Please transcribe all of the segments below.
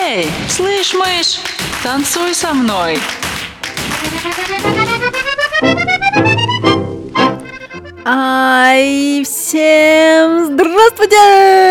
Эй, слышь, мышь, танцуй со мной. Ай, всем здравствуйте!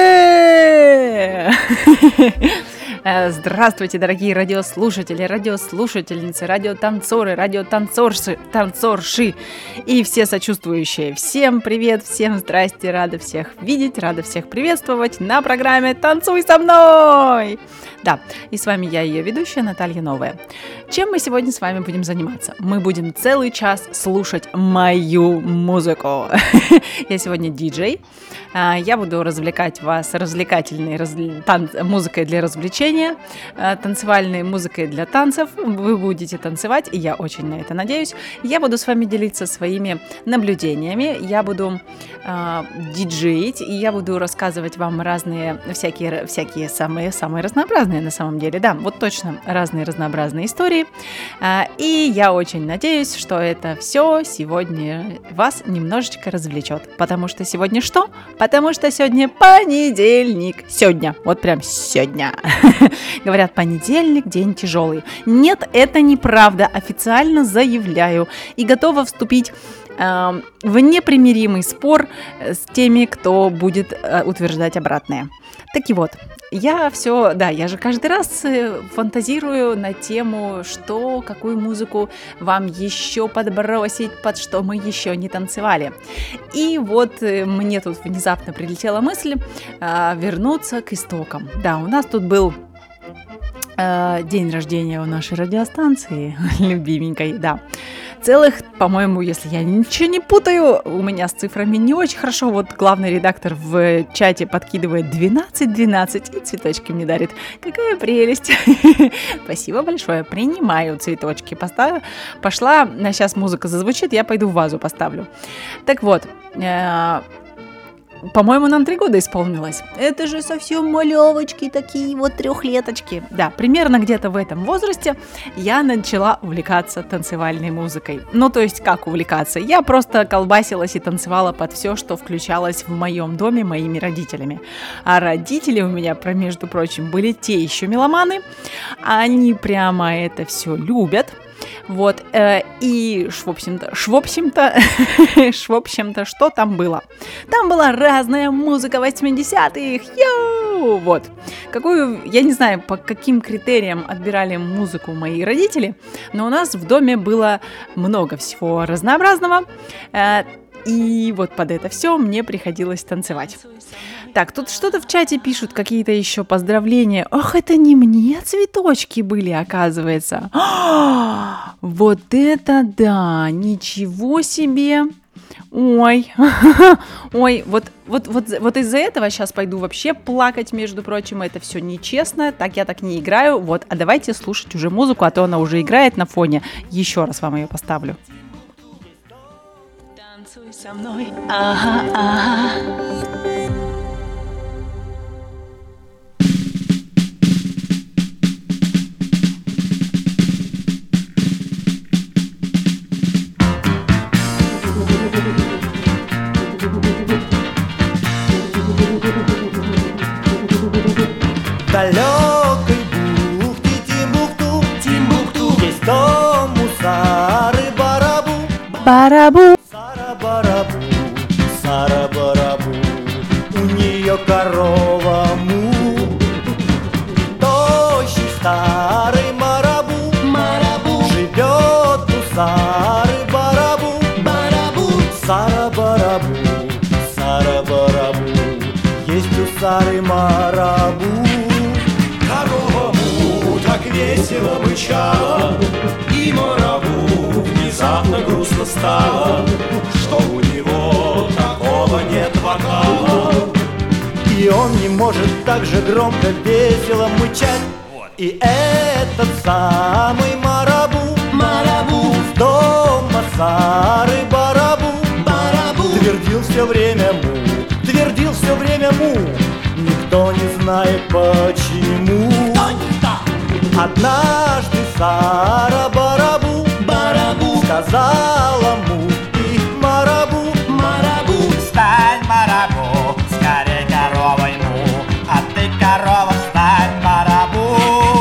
Здравствуйте, дорогие радиослушатели, радиослушательницы, радиотанцоры, радиотанцорши и все сочувствующие. Всем привет, всем здрасте, рада всех видеть, рада всех приветствовать на программе «Танцуй со мной». Да, и с вами я, ее ведущая, Наталья Новая. Чем мы сегодня с вами будем заниматься? Мы будем целый час слушать мою музыку. Я сегодня диджей. Я буду развлекать вас развлекательной музыкой для развлечения, танцевальной музыкой для танцев. Вы будете танцевать, и я очень на это надеюсь. Я буду с вами делиться своими наблюдениями. Я буду диджеить, и я буду рассказывать вам разные, всякие самые разнообразные на самом деле. Да, вот точно разные разнообразные истории. И я очень надеюсь, что это все сегодня вас немножечко развлечет. Потому что сегодня что? Потому что сегодня понедельник. Сегодня, вот прям сегодня. Говорят, понедельник, день тяжелый. Нет, это неправда. Официально заявляю. И готова вступить в непримиримый спор с теми, кто будет утверждать обратное. Так и вот, я же каждый раз фантазирую на тему, какую музыку вам еще подбросить, под что мы еще не танцевали. И вот мне тут внезапно прилетела мысль вернуться к истокам. Да, у нас тут был день рождения у нашей радиостанции, любименькой, да. Целых, по-моему, если я ничего не путаю, у меня с цифрами не очень хорошо. Вот главный редактор в чате подкидывает 12 и цветочки мне дарит. Какая прелесть! Спасибо большое, принимаю цветочки. Пошла, сейчас музыка зазвучит, я пойду в вазу поставлю. Так вот, по-моему, нам 3 года исполнилось. Это же совсем малевочки такие, вот 3-леточки. Да, примерно где-то в этом возрасте я начала увлекаться танцевальной музыкой. Ну, то есть, как увлекаться? Я просто колбасилась и танцевала под все, что включалось в моем доме моими родителями. А родители у меня, между прочим, были те еще меломаны. Они прямо это все любят. Вот, и в общем-то, что там было? Там была разная музыка 80-х, вот. Я не знаю, по каким критериям отбирали музыку мои родители, но у нас в доме было много всего разнообразного, и вот под это все мне приходилось танцевать. Так, тут что-то в чате пишут, какие-то еще поздравления. Ах, это не мне цветочки были, оказывается. Вот это да, ничего себе. Ой, вот из-за этого сейчас пойду вообще плакать, между прочим, это все нечестно, я так не играю. Вот, а давайте слушать уже музыку, а то она уже играет на фоне. Еще раз вам ее поставлю. Танцуй со мной, ага. В далекой бухте Тимбукту есть дом у Сары-Барабу. Сара-Барабу, у нее корова му. Тощий старый Марабу живет у Сары-Барабу. Сара-Барабу, есть у Сары Марабу. Корова му так весело мычала, и Марабу внезапно грустно стало, что у него такого нет вокала. И он не может так же громко, весело мычать. И этот самый Марабу с дома Сары-Барабу твердил все время му. Никто не знает почему. Однажды Сара-Барабу сказала му и Марабу: стань, Марабу, скорей коровой му, а ты корова, стань, Марабу.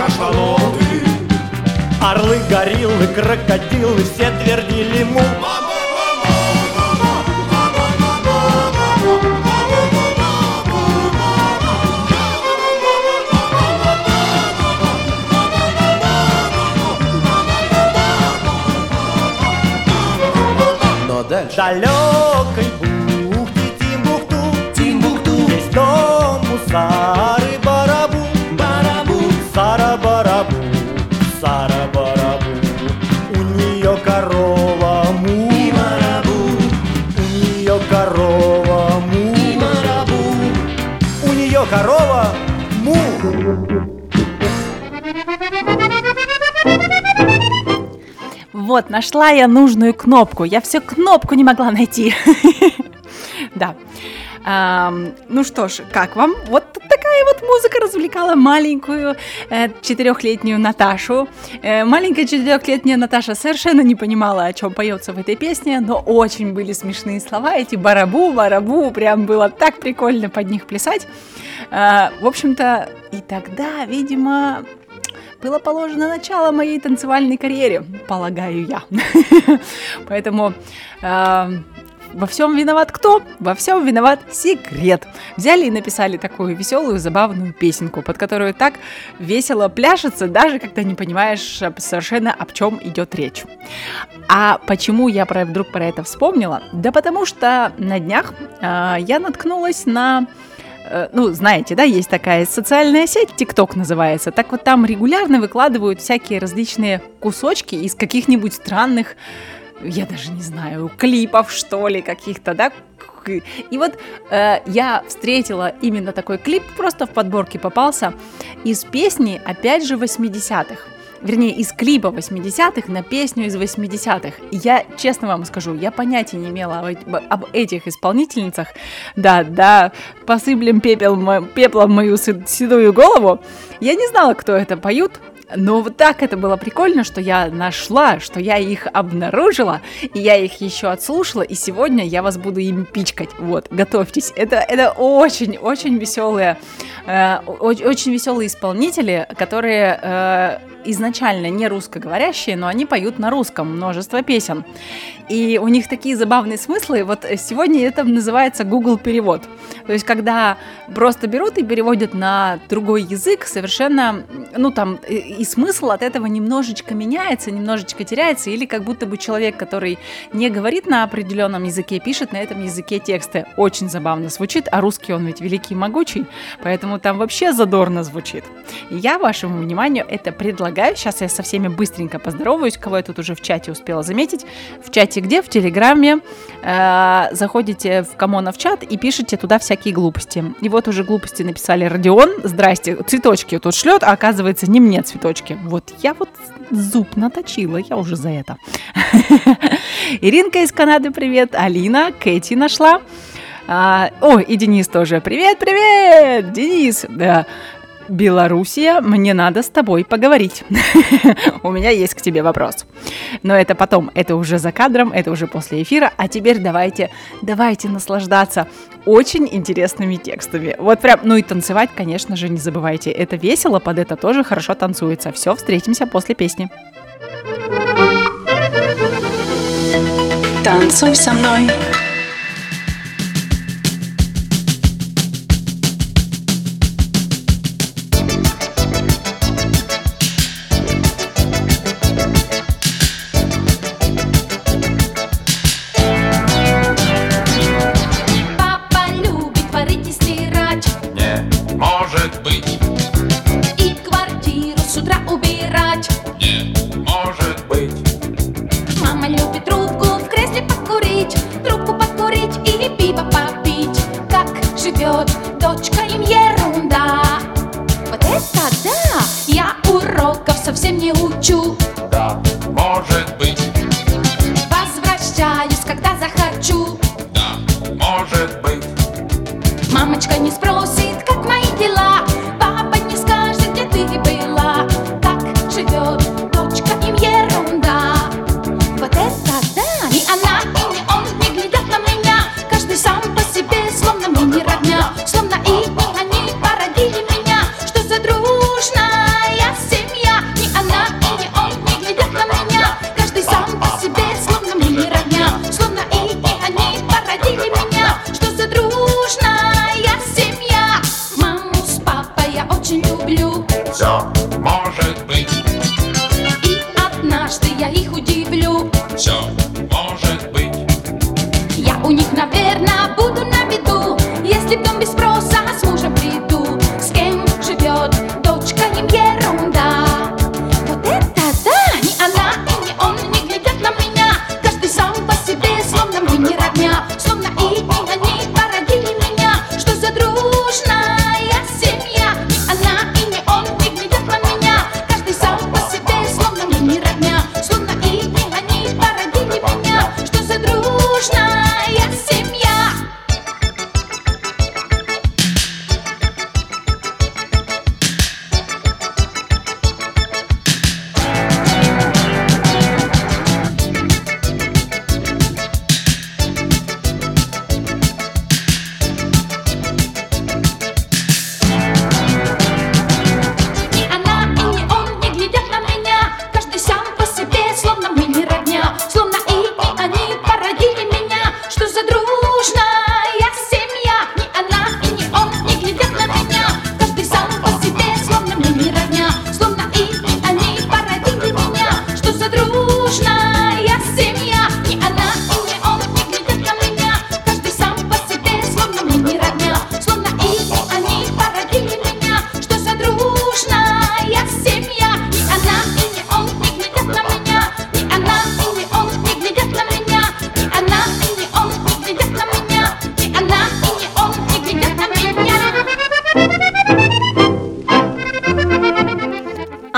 кашалоты. Орлы, гориллы, крокодилы, все твердили му. Но дальше. Далекой бухте Тимбукту, есть дом у Сары-Барабу, Сара-Барабу, Сара-Барабу. У нее корова му, у нее корова му, у нее корова му. Вот, нашла я нужную кнопку. Я все кнопку не могла найти. Да. Ну что ж, как вам? Вот такая вот музыка развлекала маленькую 4-летнюю Наташу. Маленькая 4-летняя Наташа совершенно не понимала, о чем поется в этой песне, но очень были смешные слова. Эти барабу, прям было так прикольно под них плясать. В общем-то, и тогда, видимо, было положено начало моей танцевальной карьере, полагаю я. Поэтому во всем виноват кто? Во всем виноват секрет. Взяли и написали такую веселую, забавную песенку, под которую так весело пляшется, даже когда не понимаешь совершенно, о чем идет речь. А почему я вдруг про это вспомнила? Да потому что на днях я наткнулась на... Ну, знаете, да, есть такая социальная сеть, TikTok называется. Так вот там регулярно выкладывают всякие различные кусочки из каких-нибудь странных, я даже не знаю, клипов, что ли, каких-то, да. И вот я встретила именно такой клип, просто в подборке попался, из песни, опять же, 80-х. Вернее, из клипа 80-х на песню из 80-х. Я, честно вам скажу, я понятия не имела об этих исполнительницах. Да, посыплем пеплом мою седую голову. Я не знала, кто это поют. Но вот так это было прикольно, что я нашла, что я их обнаружила, и я их еще отслушала, и сегодня я вас буду им пичкать. Вот, готовьтесь. Это очень веселые исполнители, которые изначально не русскоговорящие, но они поют на русском множество песен. И у них такие забавные смыслы. Вот сегодня это называется Google перевод. То есть, когда просто берут и переводят на другой язык, совершенно, ну там, и смысл от этого немножечко меняется, немножечко теряется, или как будто бы человек, который не говорит на определенном языке, пишет на этом языке тексты. Очень забавно звучит, а русский он ведь великий и могучий, поэтому там вообще задорно звучит. И я вашему вниманию это предлагаю. Сейчас я со всеми быстренько поздороваюсь, кого я тут уже в чате успела заметить. В чате где? В Телеграме. Заходите в Камонов чат и пишите туда всякие глупости. И вот уже глупости написали Родион. Здрасте, цветочки тут шлет, а оказывается не мне цветочки. Вот я вот зуб наточила, я уже за это. Иринка из Канады, привет. Алина, Кэти нашла. И Денис тоже. Привет, Денис. Да. Белоруссия, мне надо с тобой поговорить. У меня есть к тебе вопрос. Но это потом, это уже за кадром, это уже после эфира. А теперь давайте наслаждаться очень интересными текстами. Вот прям, ну и танцевать, конечно же, не забывайте. Это весело, под это тоже хорошо танцуется. Все, встретимся после песни. Танцуй со мной. Дочка им ерунда. Вот это да! Я уроков совсем не учу. Да, может быть. Возвращаюсь, когда захочу. Да, может быть. Мамочка не спросит, как мои дела. Папа не скажет, где ты была. Как живет дочка, им ерунда. Вот это да! Ни она, и ни он не глядят на меня. Каждый сам по себе, словно мы не родня. Словно и они породили меня. Что за дружная семья.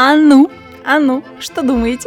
А ну, что думаете?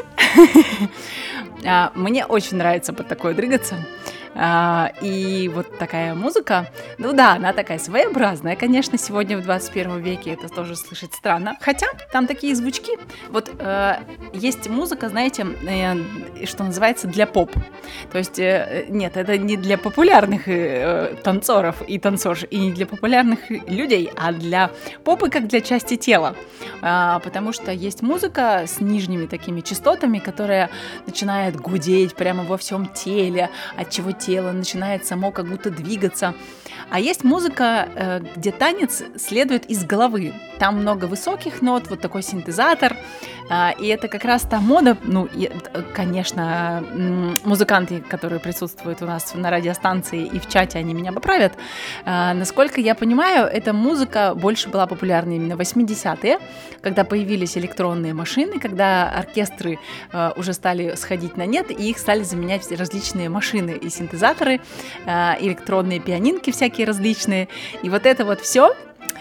Мне очень нравится под такое дрыгаться. И вот такая музыка, ну да, она такая своеобразная, конечно, сегодня в 21 веке это тоже слышать странно, хотя там такие звучки, вот есть музыка, знаете, что называется для поп, то есть нет, это не для популярных танцоров и танцорш, и не для популярных людей, а для попы как для части тела, потому что есть музыка с нижними такими частотами, которая начинает гудеть прямо во всем теле, от чего тело начинает само как будто двигаться. А есть музыка, где танец следует из головы. Там много высоких нот, вот такой синтезатор. И это как раз та мода, ну, и, конечно, музыканты, которые присутствуют у нас на радиостанции и в чате, они меня поправят. Насколько я понимаю, эта музыка больше была популярна именно в 80-е, когда появились электронные машины, когда оркестры уже стали сходить на нет, и их стали заменять различные машины и синтезаторы, электронные пианинки всякие различные. И вот это вот все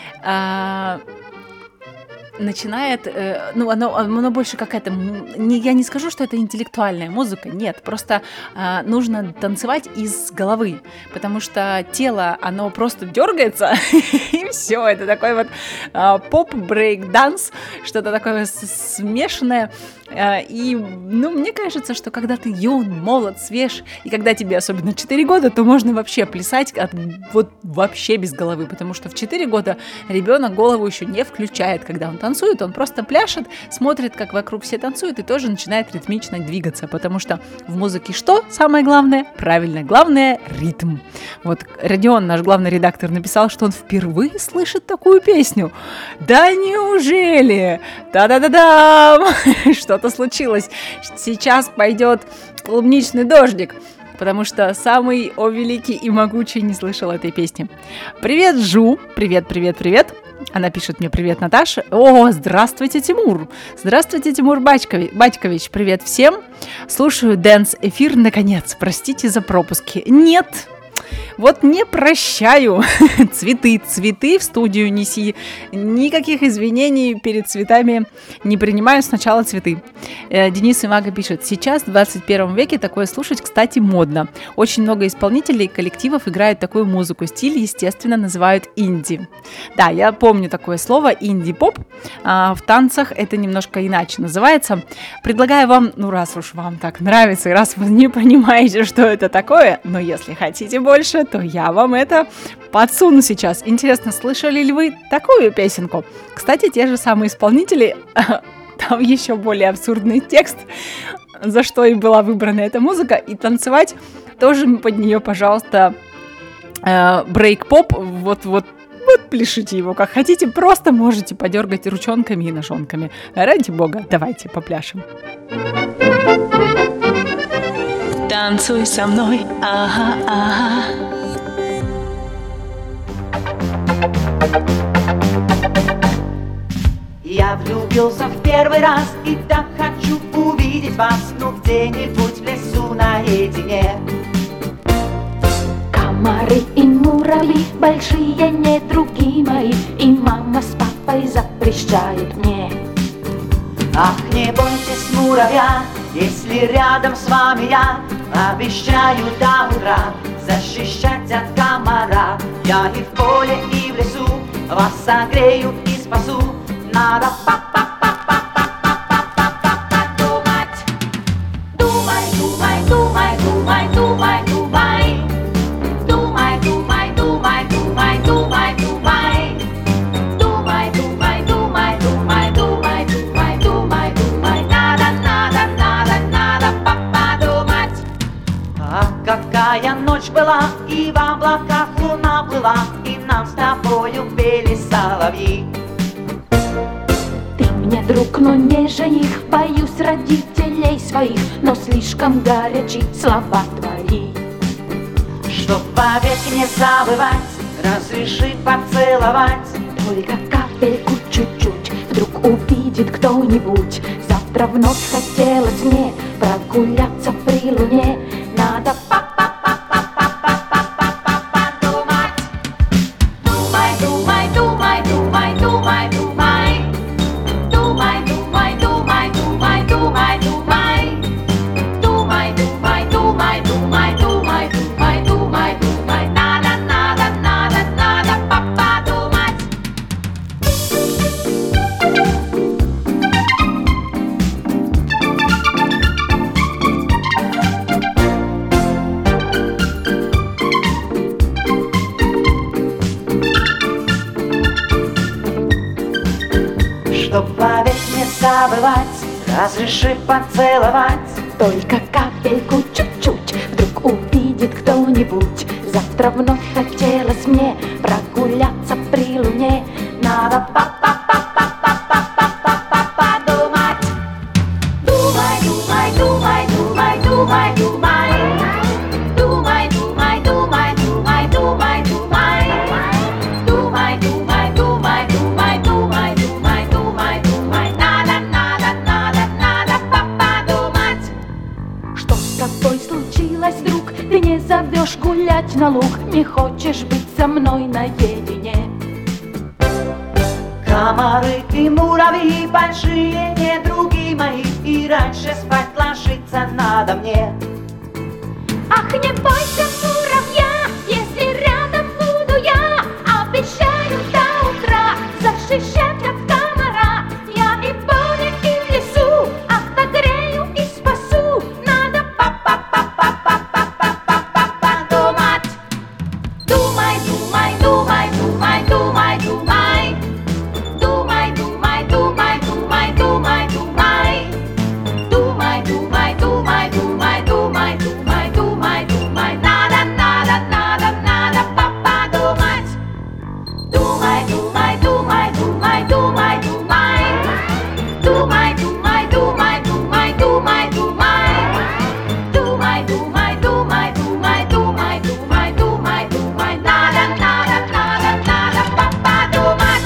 начинает, ну, оно больше какая-то, я не скажу, что это интеллектуальная музыка, нет, просто нужно танцевать из головы, потому что тело, оно просто дергается, и все, это такой вот поп-брейк-данс, что-то такое смешанное, и, ну, мне кажется, что когда ты юн, молод, свеж, и когда тебе особенно 4 года, то можно вообще плясать вот вообще без головы, потому что в 4 года ребенок голову еще не включает, когда он танцует, он просто пляшет, смотрит, как вокруг все танцуют, и тоже начинает ритмично двигаться, потому что в музыке что самое главное? Правильно, главное – ритм. Вот Родион, наш главный редактор, написал, что он впервые слышит такую песню. Да неужели? Да-да-да-дам! Что-то случилось. Сейчас пойдет клубничный дождик, потому что самый, о великий и могучий, не слышал этой песни. Привет, Жу! Привет! Она пишет мне: привет, Наташа. О, здравствуйте, Тимур. Здравствуйте, Тимур Батькович. Привет всем. Слушаю дэнс-эфир, наконец. Простите за пропуски. Нет, вот не прощаю. Цветы в студию неси. Никаких извинений перед цветами не принимаю, сначала цветы. Денис Имага пишет: сейчас в 21 веке такое слушать, кстати, модно. Очень много исполнителей и коллективов играют такую музыку. Стиль, естественно, называют инди. Да, я помню такое слово инди-поп. В танцах это немножко иначе называется. Предлагаю вам, ну раз уж вам так нравится, и раз вы не понимаете, что это такое, но если хотите больше, то я вам это подсуну сейчас. Интересно, слышали ли вы такую песенку? Кстати, те же самые исполнители, там еще более абсурдный текст, за что и была выбрана эта музыка, и танцевать тоже под нее, пожалуйста, брейк-поп, вот пляшите его как хотите, просто можете подергать ручонками и ножонками. Ради бога, давайте попляшем. Танцуй со мной, ага. Я влюбился в первый раз и так хочу увидеть вас, ну где-нибудь в лесу наедине. Комары и муравьи, большие не други мои, и мама с папой запрещают мне. Ах, не бойтесь, муравья, если рядом с вами я, обещаю до утра защищать от комара. Я и в поле, и в лесу вас согрею и спасу. Надо думать. Думай, думай, думай, думай, думай, думай. Думай, думай, думай, думай, думай, думай. Думай, думай, думай, думай, думай, думай, думай, думай. Надо подумать. Ах, какая ночь была, и в облаках луна плыла, и нам с тобою пели соловьи. Ты мне друг, но не жених, боюсь родителей своих, но слишком горячи слова твои. Чтоб вовек не забывать, разреши поцеловать. Только капельку чуть-чуть, вдруг увидит кто-нибудь. Завтра вновь хотелось мне прогуляться при луне. Надо подумать. Думай, думай, думай, думай, думай, думай. Думай, думай, забывать, разреши поцеловать. Только капельку чуть-чуть вдруг увидит кто-нибудь. Завтра вновь хотелось мне прогуляться при луне. Надо подумать. Думай, думай, думай, думай, думай, думай. Думай, думай, думай, думай, думай, думай. Думай, думай, думай, думай, думай, думай, думай, думай. Надо, надо, надо, надо подумать. Что с тобой случилось, друг? Ты не зовешь гулять на луг, не хочешь быть со мной наедине. Комары и муравьи большие, не други мои, и раньше спать ложиться надо мне. Ах, не бойся, муравья, если рядом буду я, обещаю до утра защищать от комара. Я и в поле, и в лесу отогрею и спасу. Надо подумать. Думай, думай, думай, думай, думай, думай. Думай, думай, думай, думай, думай, думай. Думай, думай, думай, думай, думай, думай, думай, думай. Надо, надо, надо, надо подумать. Думай, думай, думай, думай, думай, думай. Думай, думай, думай, думай, думай, думай. Думай, думай, думай, думай, думай, думай, думай, думай. Надо, надо, надо, надо подумать.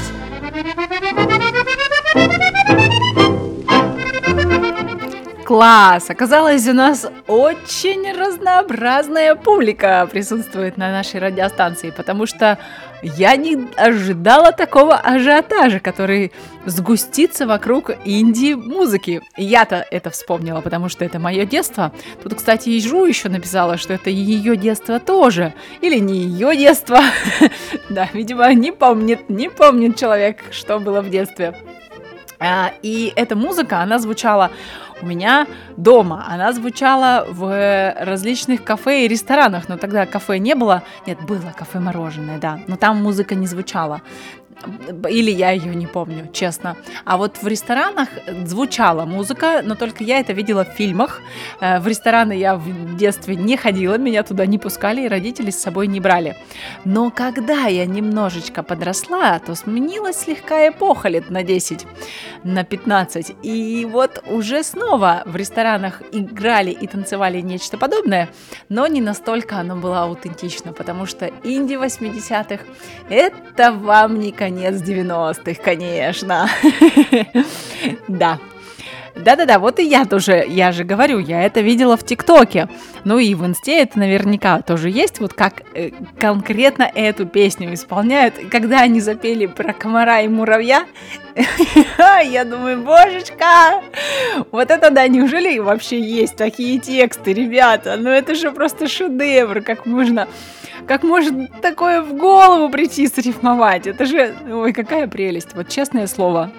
Класс! Оказалось, у нас очень разнообразная публика присутствует на нашей радиостанции, потому что я не ожидала такого ажиотажа, который сгустится вокруг инди-музыки. И я-то это вспомнила, потому что это мое детство. Тут, кстати, Ижу еще написала, что это ее детство тоже. Или не ее детство. Да, видимо, не помнит человек, что было в детстве. И эта музыка, она звучала у меня дома, она звучала в различных кафе и ресторанах, но тогда кафе не было, нет, было кафе-мороженое, да, но там музыка не звучала. Или я ее не помню, честно. А вот в ресторанах звучала музыка, но только я это видела в фильмах. В рестораны я в детстве не ходила, меня туда не пускали, и родители с собой не брали. Но когда я немножечко подросла, то сменилась слегка эпоха лет на 10, на 15. И вот уже снова в ресторанах играли и танцевали нечто подобное, но не настолько оно было аутентично, потому что инди 80-х – это вам не конец 90-х, конечно. Да. Да-да-да, вот и я тоже, я же говорю, я это видела в ТикТоке. Ну и в Инсте это наверняка тоже есть, вот как конкретно эту песню исполняют. И когда они запели про комара и муравья, я думаю, божечка, вот это да, неужели вообще есть такие тексты, ребята? Ну это же просто шедевр, как может такое в голову прийти срифмовать? Это же, ой, какая прелесть, вот честное слово.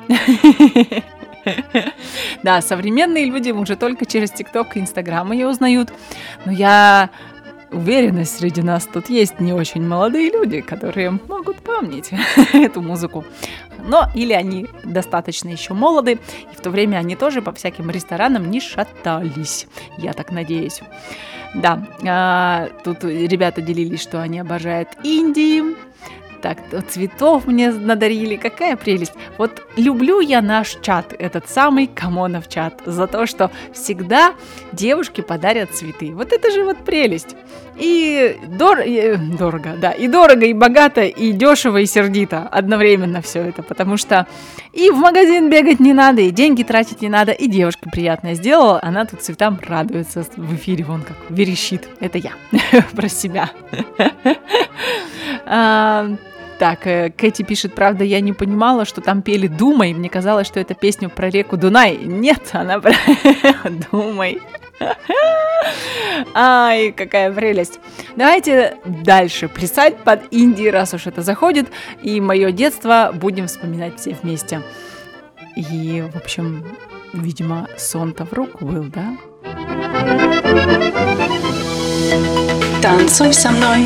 Да, современные люди уже только через ТикТок и Инстаграм ее узнают. Но я уверена, среди нас тут есть не очень молодые люди, которые могут помнить эту музыку. Но или они достаточно еще молоды, и в то время они тоже по всяким ресторанам не шатались. Я так надеюсь. Да, тут ребята делились, что они обожают инди. Так, цветов мне надарили, какая прелесть. Вот люблю я наш чат, этот самый Камонов чат, за то, что всегда девушки подарят цветы. Вот это же вот прелесть. И дорого, да, и дорого, и богато, и дешево, и сердито одновременно все это, потому что и в магазин бегать не надо, и деньги тратить не надо, и девушка приятное сделала, она тут цветам радуется в эфире, вон как верещит. Это я про себя. Так, Кэти пишет, правда, я не понимала, что там пели «Думай». Мне казалось, что это песня про реку Дунай. Нет, она про «Думай». Ай, какая прелесть. Давайте дальше плясать под инди, раз уж это заходит. И мое детство будем вспоминать все вместе. И, в общем, видимо, сон-то в руку был, да? Танцуй со мной.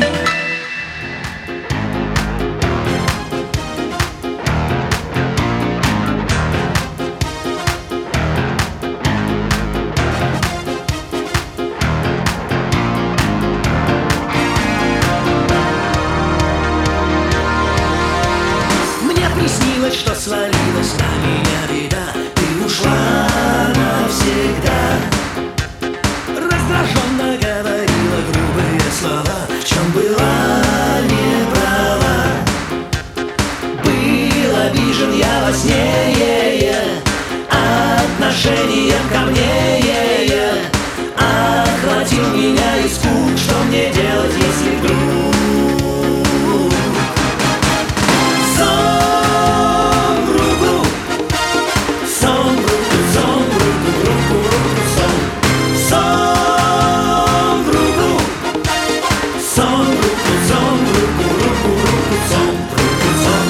навсегда. Раздраженно говорила грубые слова, в чем была неправа. Был обижен я во сне отношением ко мне. Охватил меня испуг, что мне делать, если вдруг сон в руку, сон в руку, сон в руку, руку, руку, сон. Сон в руку, сон в руку, сон в руку, руку, руку, сон в руку,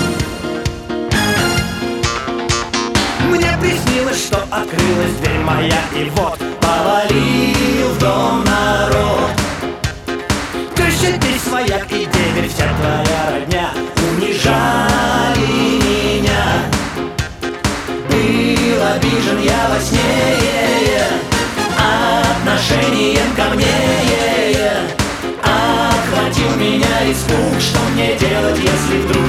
сон. Мне приснилось, что открылась дверь моя, и вот повалил в дом народ. Теща, ты свояк и деверь, вся твоя родня унижали меня. Был обижен я во сне отношением ко мне. Охватил меня испуг, что мне делать, если вдруг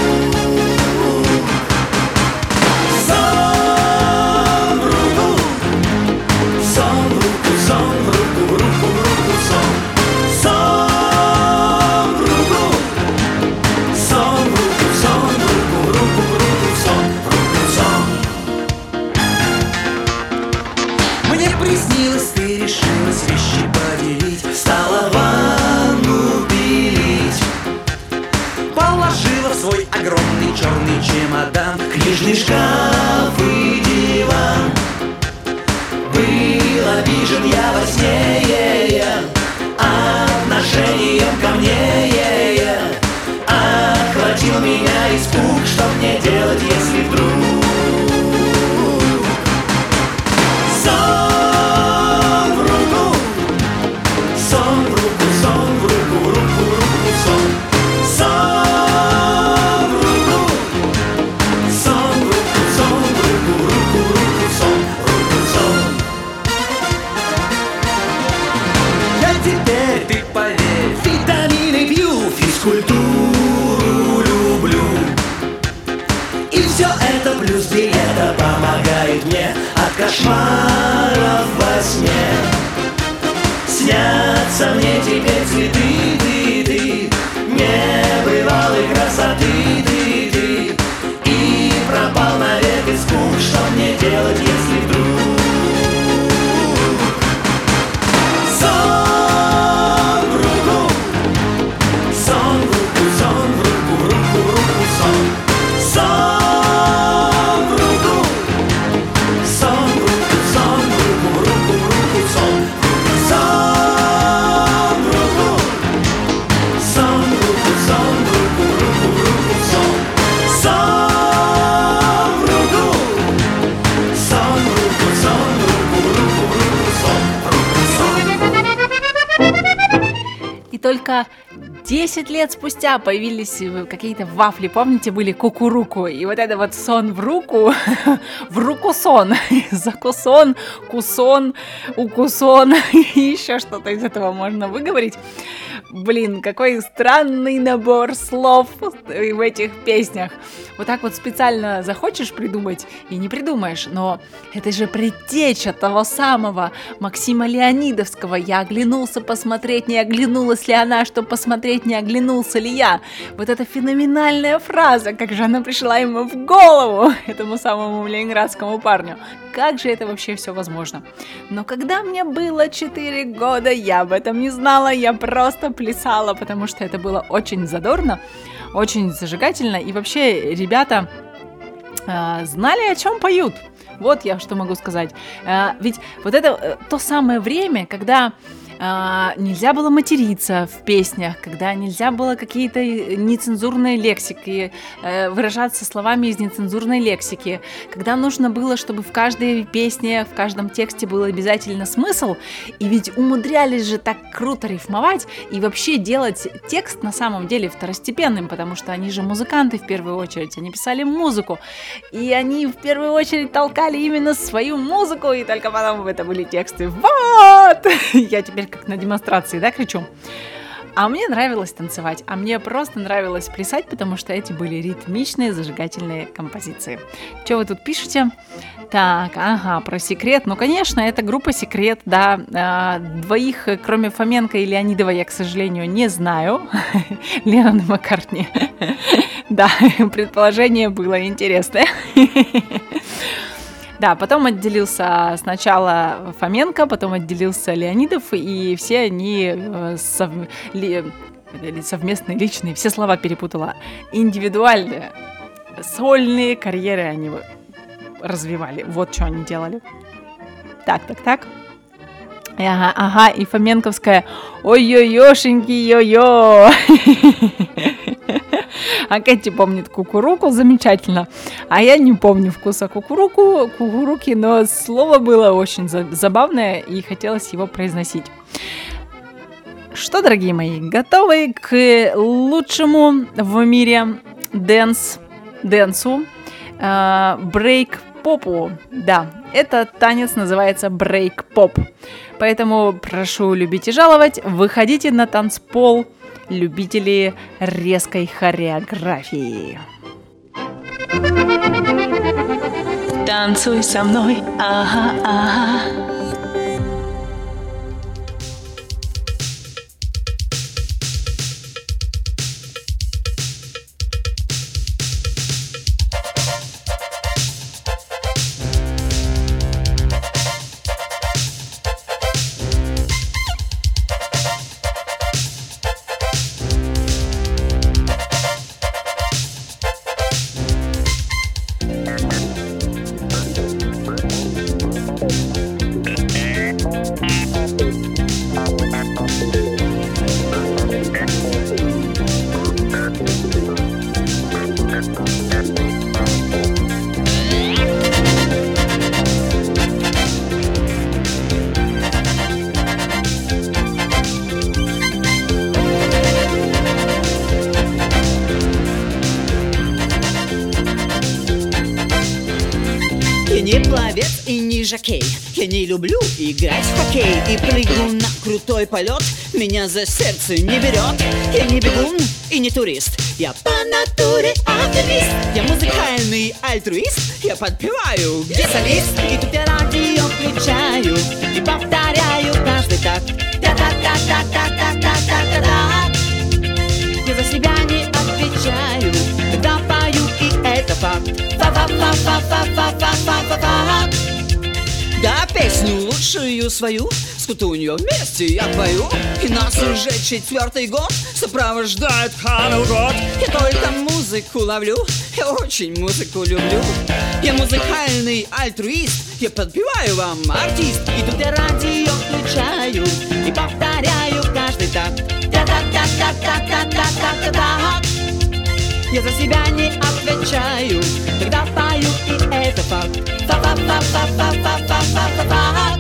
сон в руку, сон в руку, сон в руку, руку, руку, сон. Сон в руку, сон в руку, сон в руку, руку, руку, сон в руку, сон. Мне приснилось, ты решилась вещи поделить, стала ванну пилить, положила в свой огромный черный чемодан книжный шкаф и диван. Был обижен я во сне отношением ко мне. Охватил меня испуг, что мне делать, если вдруг сон в руку, сон в руку, сон в руку, руку, руку, сон. Сон в руку, сон в руку, сон в руку, руку, руку, сон, руку, сон. Я теперь, ты поверь, витамины пью, физкультуру люблю. И все это плюс диета помогает мне от кошмаров во сне. Снятся мне теперь цветы, ты, небывалой красоты, ты. И пропал навек испуг, что мне делать, если вдруг сон в руку, сон в руку, сон в руку, руку, руку, сон. Сон в руку, сон в руку, сон в руку, руку, руку, сон. Сон в руку, сон в руку, сон в руку, руку, руку, сон. Сон в руку, сон в руку, сон в руку, руку, руку, сон, руку, сон. И только 10 лет спустя появились какие-то вафли, помните, были кукуруку, и вот это вот сон в руку сон, закусон, кусон, укусон, и еще что-то из этого можно выговорить. Блин, какой странный набор слов в этих песнях. Вот так вот специально захочешь придумать и не придумаешь, но это же предтеча того самого Максима Леонидовского. Я оглянулся посмотреть, не оглянулась ли она, чтобы посмотреть, не оглянулся ли я. Вот эта феноменальная фраза, как же она пришла ему в голову, этому самому ленинградскому парню. Как же это вообще все возможно? Но когда мне было 4 года, я об этом не знала, я просто плясала, потому что это было очень задорно, очень зажигательно, и вообще ребята знали, о чем поют. Вот я что могу сказать. Ведь вот это то самое время, когда нельзя было материться в песнях, когда нельзя было какие-то нецензурные лексики, выражаться словами из нецензурной лексики, когда нужно было, чтобы в каждой песне, в каждом тексте был обязательно смысл, и ведь умудрялись же так круто рифмовать и вообще делать текст на самом деле второстепенным, потому что они же музыканты в первую очередь, они писали музыку, и они в первую очередь толкали именно свою музыку, и только потом это были тексты. Вот! Я теперь как на демонстрации, да, кричу? А мне нравилось танцевать, а мне просто нравилось плясать, потому что эти были ритмичные, зажигательные композиции. Что вы тут пишете? Так, ага, про Секрет. Ну, конечно, это группа Секрет, да. Двоих, кроме Фоменко и Леонидова, я, к сожалению, не знаю. Леннон и Маккартни. Да, предположение было интересное. Да, потом отделился сначала Фоменко, потом отделился Леонидов, и все они совместные, личные, все слова перепутала, индивидуальные, сольные карьеры они развивали. Вот что они делали. Так. Ага, и Фоменковская «Ой-ой-ёшеньки, йо-йо». А Кэти помнит кукуруку замечательно, а я не помню вкуса кукуруки, но слово было очень забавное и хотелось его произносить. Что, дорогие мои, готовы к лучшему в мире дэнсу, брейк-попу? Да, этот танец называется брейк-поп. Поэтому прошу любить и жаловать, выходите на танцпол, любители резкой хореографии. Танцуй со мной, ага. Жокей. Я не люблю играть в хоккей и прыгну на крутой полет. Меня за сердце не берет. Я не бегун и не турист. Я по натуре оптимист. Я музыкальный альтруист. Я подпеваю, где солист. И тут я радио включаю и повторяю каждый такт. Та-та-та-та-та-та-та-та-та-та. Я за себя не отвечаю, когда пою, и это факт. Фа-фа-фа-фа-фа-фа-фа-фа-фа. Да, песню лучшую свою с Кутуньо вместе я пою. И нас уже 4-й год сопровождает Новый год. Я только музыку ловлю, я очень музыку люблю. Я музыкальный альтруист, я подпеваю вам, артист. И тут я радио включаю и повторяю каждый такт. Та-та-та-та-та-та-та-та-та. Я за себя не отвечаю, когда пою, и это факт. Фа-фа-фа-фа-фа-фа-фа-фа-фа.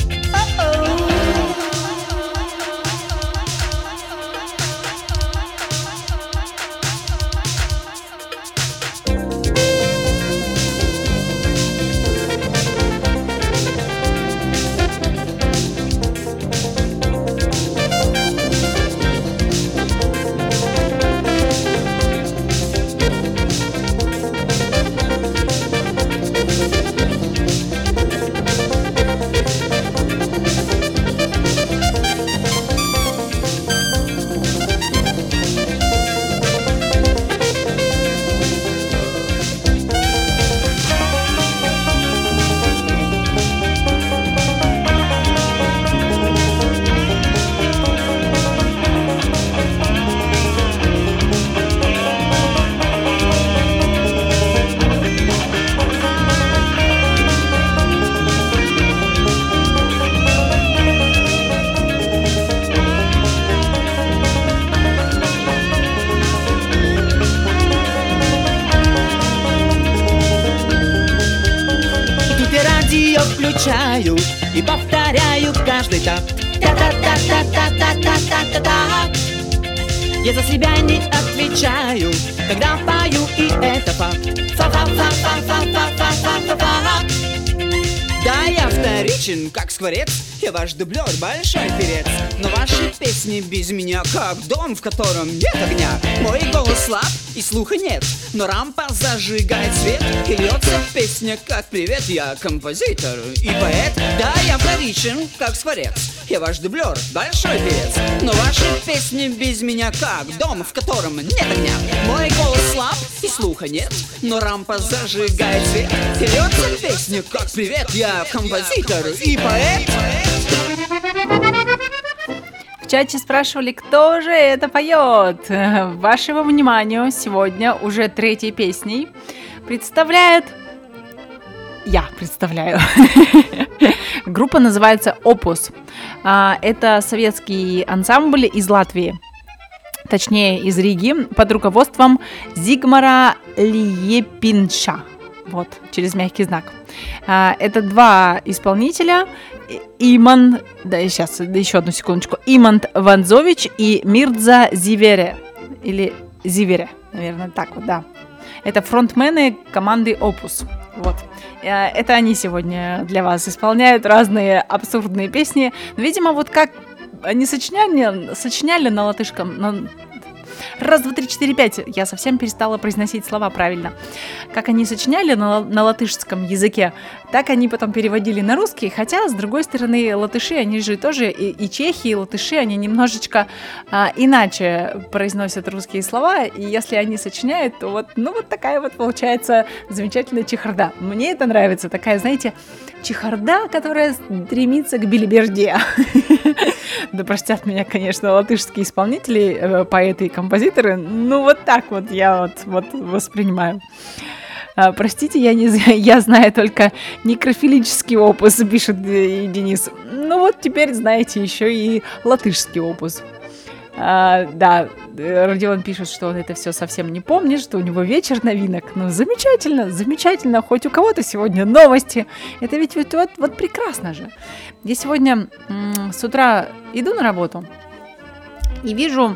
Включаю и повторяю каждый такт. Та-та-та-та-та-та-та-та-та. Я за себя не отвечаю, когда пою, и это факт. Фа-фа-фа-фа-фа-фа-фа-фа-фа. Да, я вторично вторичен, как скворец. Я ваш дублер, большой перец. Но ваши песни без меня, как дом, в котором нет огня. Мой голос слаб и слуха нет, но рампа зажигает свет, и льется песня как привет. Я композитор и поэт, да, я вторичен, как скворец. Я ваш дублер, большой перец. Но ваши песни без меня, как дом, в котором нет огня. Мой голос слаб и слуха нет, но рампа зажигает свет, и льется песня как привет. Я композитор и поэт. В чате спрашивали, кто же это поет. Вашему вниманию сегодня уже третьей песней я представляю. Группа называется «Опус». Это советский ансамбль из Латвии, точнее из Риги, под руководством Зигмара Лиепинша. Вот, через мягкий знак. Это два исполнителя, Имант Ванзович и Мирза Зивере, или Зивере, наверное, так вот, да. Это фронтмены команды Opus. Вот. Это они сегодня для вас исполняют разные абсурдные песни. Но, видимо, вот как они сочиняли на латышском... Раз, два, три, четыре, пять. Я совсем перестала произносить слова правильно. Как они сочиняли на латышском языке, так они потом переводили на русский. Хотя, с другой стороны, латыши, они же тоже, и чехи, и латыши, они немножечко иначе произносят русские слова. И если они сочиняют, то вот такая вот получается замечательная чехарда. Мне это нравится. Такая, знаете, чехарда, которая стремится к белиберде. Да простят меня, конечно, латышские исполнители, поэты и композиторы. Вот так вот я вот воспринимаю. Простите, я знаю только некрофилический опус, пишет Денис. Теперь знаете еще и латышский опус. Да, Родион пишет, что он это все совсем не помнит, что у него вечер новинок. Замечательно, хоть у кого-то сегодня новости. Это ведь вот прекрасно же. Я сегодня с утра иду на работу и вижу,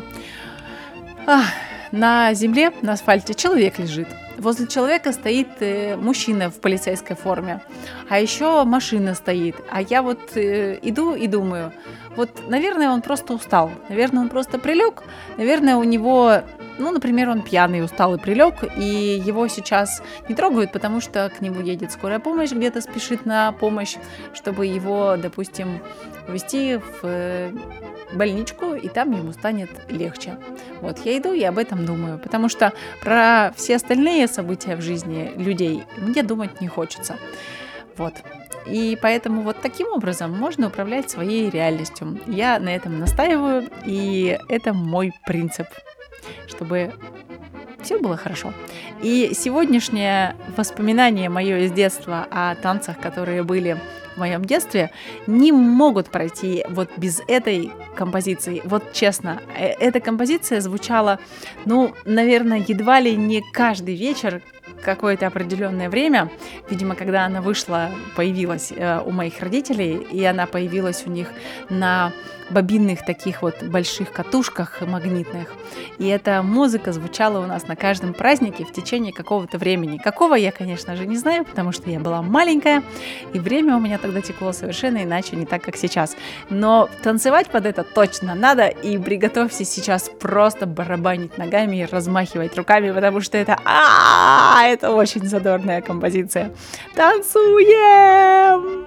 на земле, на асфальте человек лежит. Возле человека стоит мужчина в полицейской форме, а еще машина стоит. А я иду и думаю, наверное, он просто устал, наверное, он просто прилег, наверное, у него, например, он пьяный, устал и прилег, и его сейчас не трогают, потому что к нему едет скорая помощь, где-то спешит на помощь, чтобы его, допустим, увезти в больничку, и там ему станет легче. Я иду и об этом думаю, потому что про все остальные события в жизни людей мне думать не хочется. И поэтому таким образом можно управлять своей реальностью. Я на этом настаиваю, и это мой принцип, чтобы все было хорошо. И сегодняшнее воспоминание мое из детства о танцах, которые были в моем детстве, не могут пройти без этой композиции. Честно, эта композиция звучала, наверное, едва ли не каждый вечер какое-то определенное время. Видимо, когда она появилась у моих родителей, и она появилась у них на бобинных таких больших катушках магнитных. И эта музыка звучала у нас на каждом празднике в течение какого-то времени. Какого, я, конечно же, не знаю, потому что я была маленькая, и время у меня тогда текло совершенно иначе, не так, как сейчас. Но танцевать под это точно надо, и приготовьтесь сейчас просто барабанить ногами и размахивать руками, потому что это очень задорная композиция. Танцуем!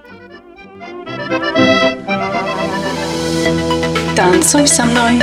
Танцуй со мной.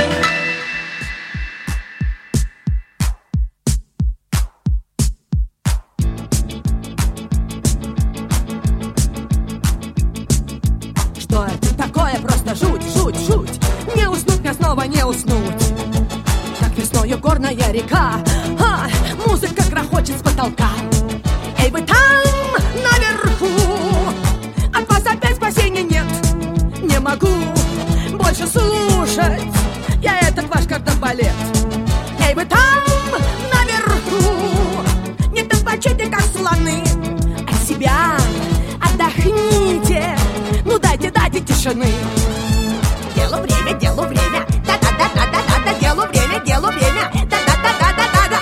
Что это такое? Просто жуть. Не уснуть мне снова, не уснуть. Как весною горная река, музыка грохочет с потолка. Эй, вы там, наверху, от вас опять спасения нет. Не могу больше слушать я этот ваш кардебалет. Эй, вы там, наверху, не топочите, как слоны. От себя отдохните, дайте тишины. Делу время, да-да-да-да-да-да, делу время, да-да-да-да-да-да,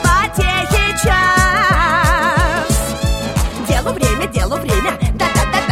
потехи час. Делу время, да-да-да-да.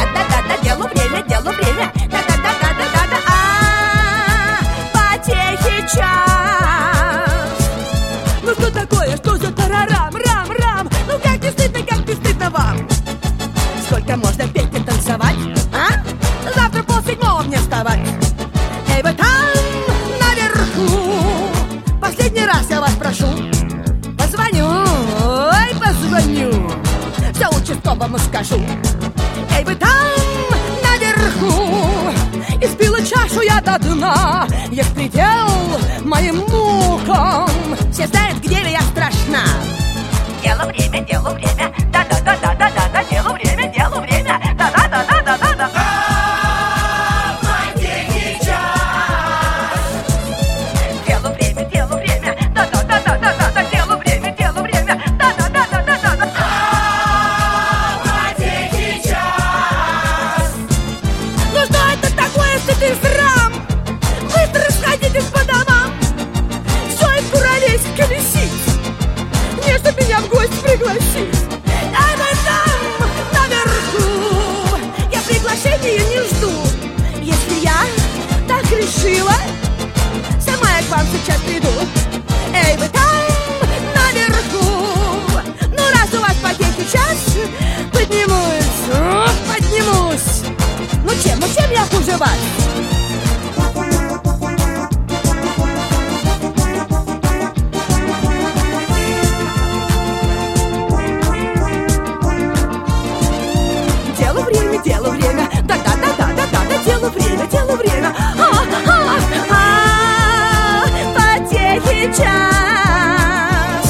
можно петь и танцевать, а? Завтра 6:30 мне вставать. Эй, вы там наверху, последний раз я вас прошу, позвоню, ой, позвоню, все участковому скажу. Эй, вы там наверху, испила чашу я до дна, есть предел моим мукам, все знают, где ли я страшна. Делу время, да-да-да-да-да-да, делу время, да-да-да-да-да-да. Меня в гости пригласить. А вы там наверху, я приглашения не жду. Если я так решила, сама я к вам сейчас приду. Эй, вы там наверху, ну раз у вас потехи час, поднимусь. Ну чем я хуже вас? Делу время, да-да-да-да-да-да, делу время, потехи час.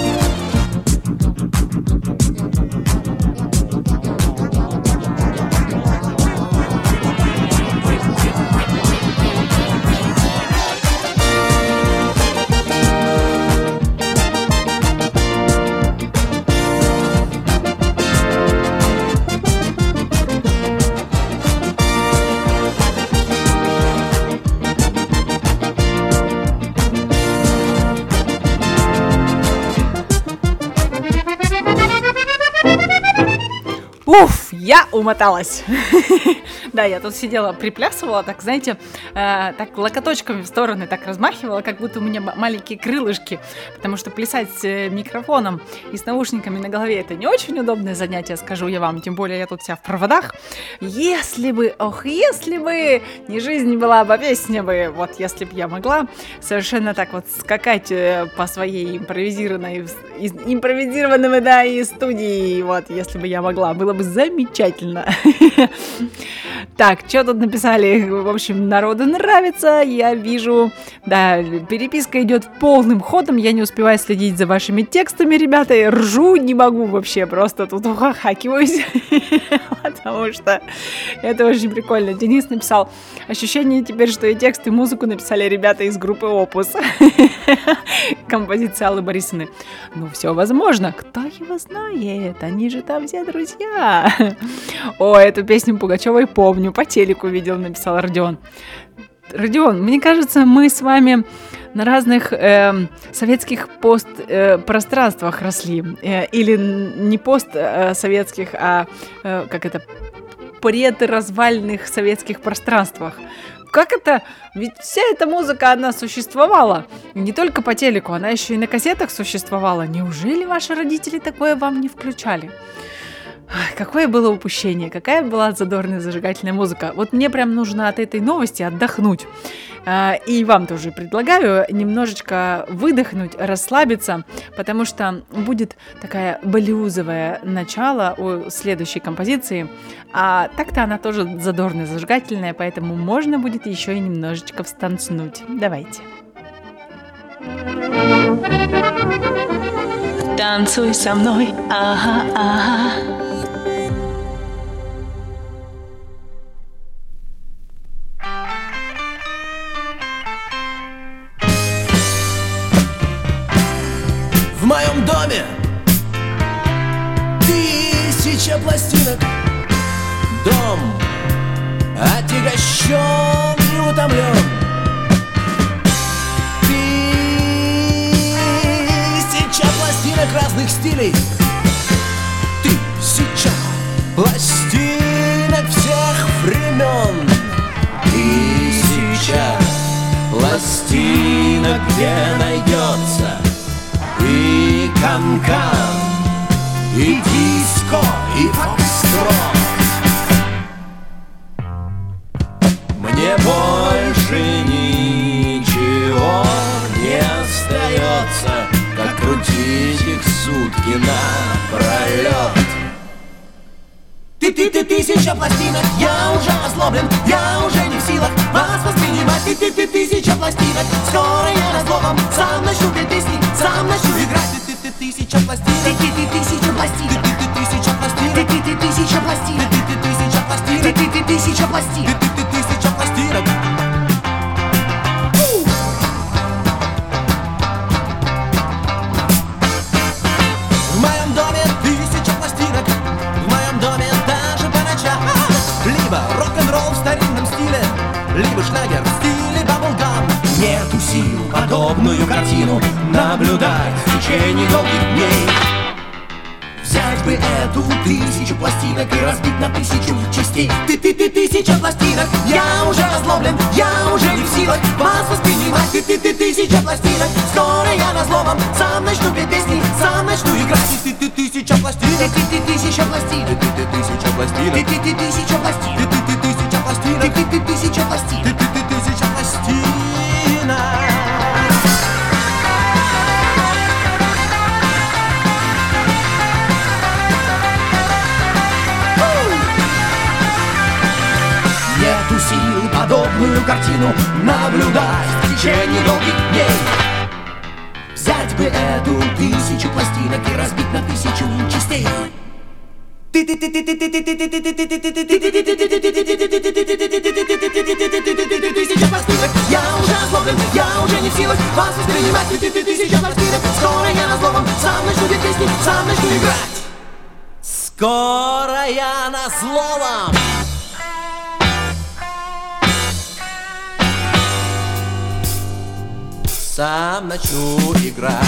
Уф, я умоталась. Да, я тут сидела, приплясывала, так, знаете, так локоточками в стороны так размахивала, как будто у меня маленькие крылышки, потому что плясать с микрофоном и с наушниками на голове — это не очень удобное занятие, скажу я вам, тем более я тут вся в проводах. Если бы не жизнь была бы, песня бы, вот если бы я могла совершенно так вот скакать по своей импровизированной, да, и студии, вот, если бы я могла, было бы замечательно. Так, что тут написали? В общем, народу нравится, я вижу. Да, переписка идет полным ходом, я не успеваю следить за вашими текстами, ребята, и ржу не могу вообще, просто тут ухахакиваюсь, потому что это очень прикольно. Денис написал: ощущение теперь, что и текст, и музыку написали ребята из группы Opus. Композиция Аллы Борисовны. Ну, все возможно, кто его знает, они же там все друзья. О, эту песню Пугачевой помню, по телеку видел, написал Родион. Родион, мне кажется, мы с вами на разных советских постпространствах росли. Или не постсоветских, а предразвальных советских пространствах. Как это? Ведь вся эта музыка, она существовала. Не только по телеку, она еще и на кассетах существовала. Неужели ваши родители такое вам не включали? Какое было упущение, какая была задорная зажигательная музыка. Вот мне прям нужно от этой новости отдохнуть. И вам тоже предлагаю немножечко выдохнуть, расслабиться, потому что будет такая блюзовое начало у следующей композиции. А так-то она тоже задорная, зажигательная, поэтому можно будет еще и немножечко встанцнуть. Давайте. Танцуй со мной, ага, ага. В моем доме 1000 пластинок. Дом отягощен и утомлен. 1000 пластинок разных стилей. 1000 пластинок всех времен. 1000 пластинок, где найдется и канкан, и диско, и фокстрот. и напролет. Ты тысяча пластинок, я уже озлоблен, я уже не в силах вас воспринимать. Ты тысяча пластинок, скоро я на зло вам сам начну петь песни, сам начну играть. Ты тысяча пластинок, ты тысяча пластинок, ты тысяча пластинок, ты тысяча пластинок, ты тысяча пластинок, ты тысяча пластинок, ты тысяча пластинок. В моем доме тысяча пластинок, в моем доме даже по ночам. Либо рок-н-ролл в старинном стиле, либо шлягер в стиле баблгам. Нету сил подобную картину наблюдать в течение долгих дней. Взять бы эту тысячу пластинок и разбить на тысячу частей. Ты тысяча пластинок, я уже озлоблен, я уже не в силах вас воспринимать. Ты тысяча пластинок, скоро я на зло вам сам начну петь песни, сам начну играть. Ты тысяча пластинок, ты тысяча пластинок, ты тысяча пластинок, ты тысяча пластинок, ты тысяча пластинок, ты тысяча пластинок, ты тысяча пластинок. Нету сил подобную картину наблюдать в течение долгих дней. Взять бы эту тысячу пластинок и разбить на тысячу частей. Тысяча пластинок, я уже озлоблен, я уже не в силах вас воспринимать. Тысяча пластинок, скоро я на зло вам сам начну петь песни, сам начну играть. Скоро я на зло вам сам начну играть.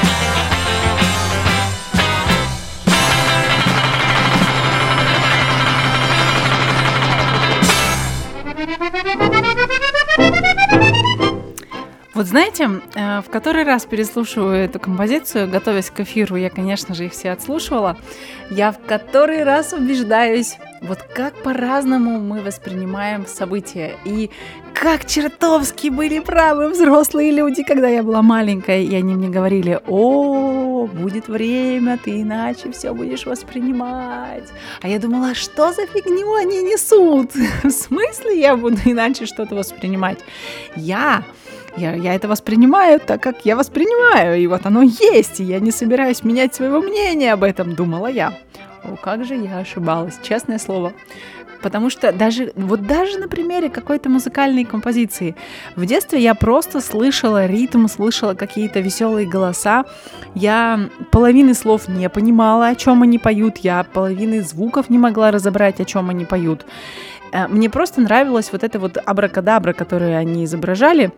Вот знаете, в который раз переслушиваю эту композицию, готовясь к эфиру, я, конечно же, их все отслушивала, я в который раз убеждаюсь, вот как по-разному мы воспринимаем события, и как чертовски были правы взрослые люди, когда я была маленькая, и они мне говорили: о, будет время, ты иначе все будешь воспринимать. А я думала, что за фигню они несут? В смысле я буду иначе что-то воспринимать? Я это воспринимаю так, как я воспринимаю, и вот оно есть, и я не собираюсь менять своего мнения об этом, думала я. О, как же я ошибалась, честное слово. Потому что даже на примере какой-то музыкальной композиции в детстве я просто слышала ритм, слышала какие-то веселые голоса. Я половины слов не понимала, о чем они поют, я половины звуков не могла разобрать, о чем они поют. Мне просто нравилось вот это вот абракадабра, которое они изображали,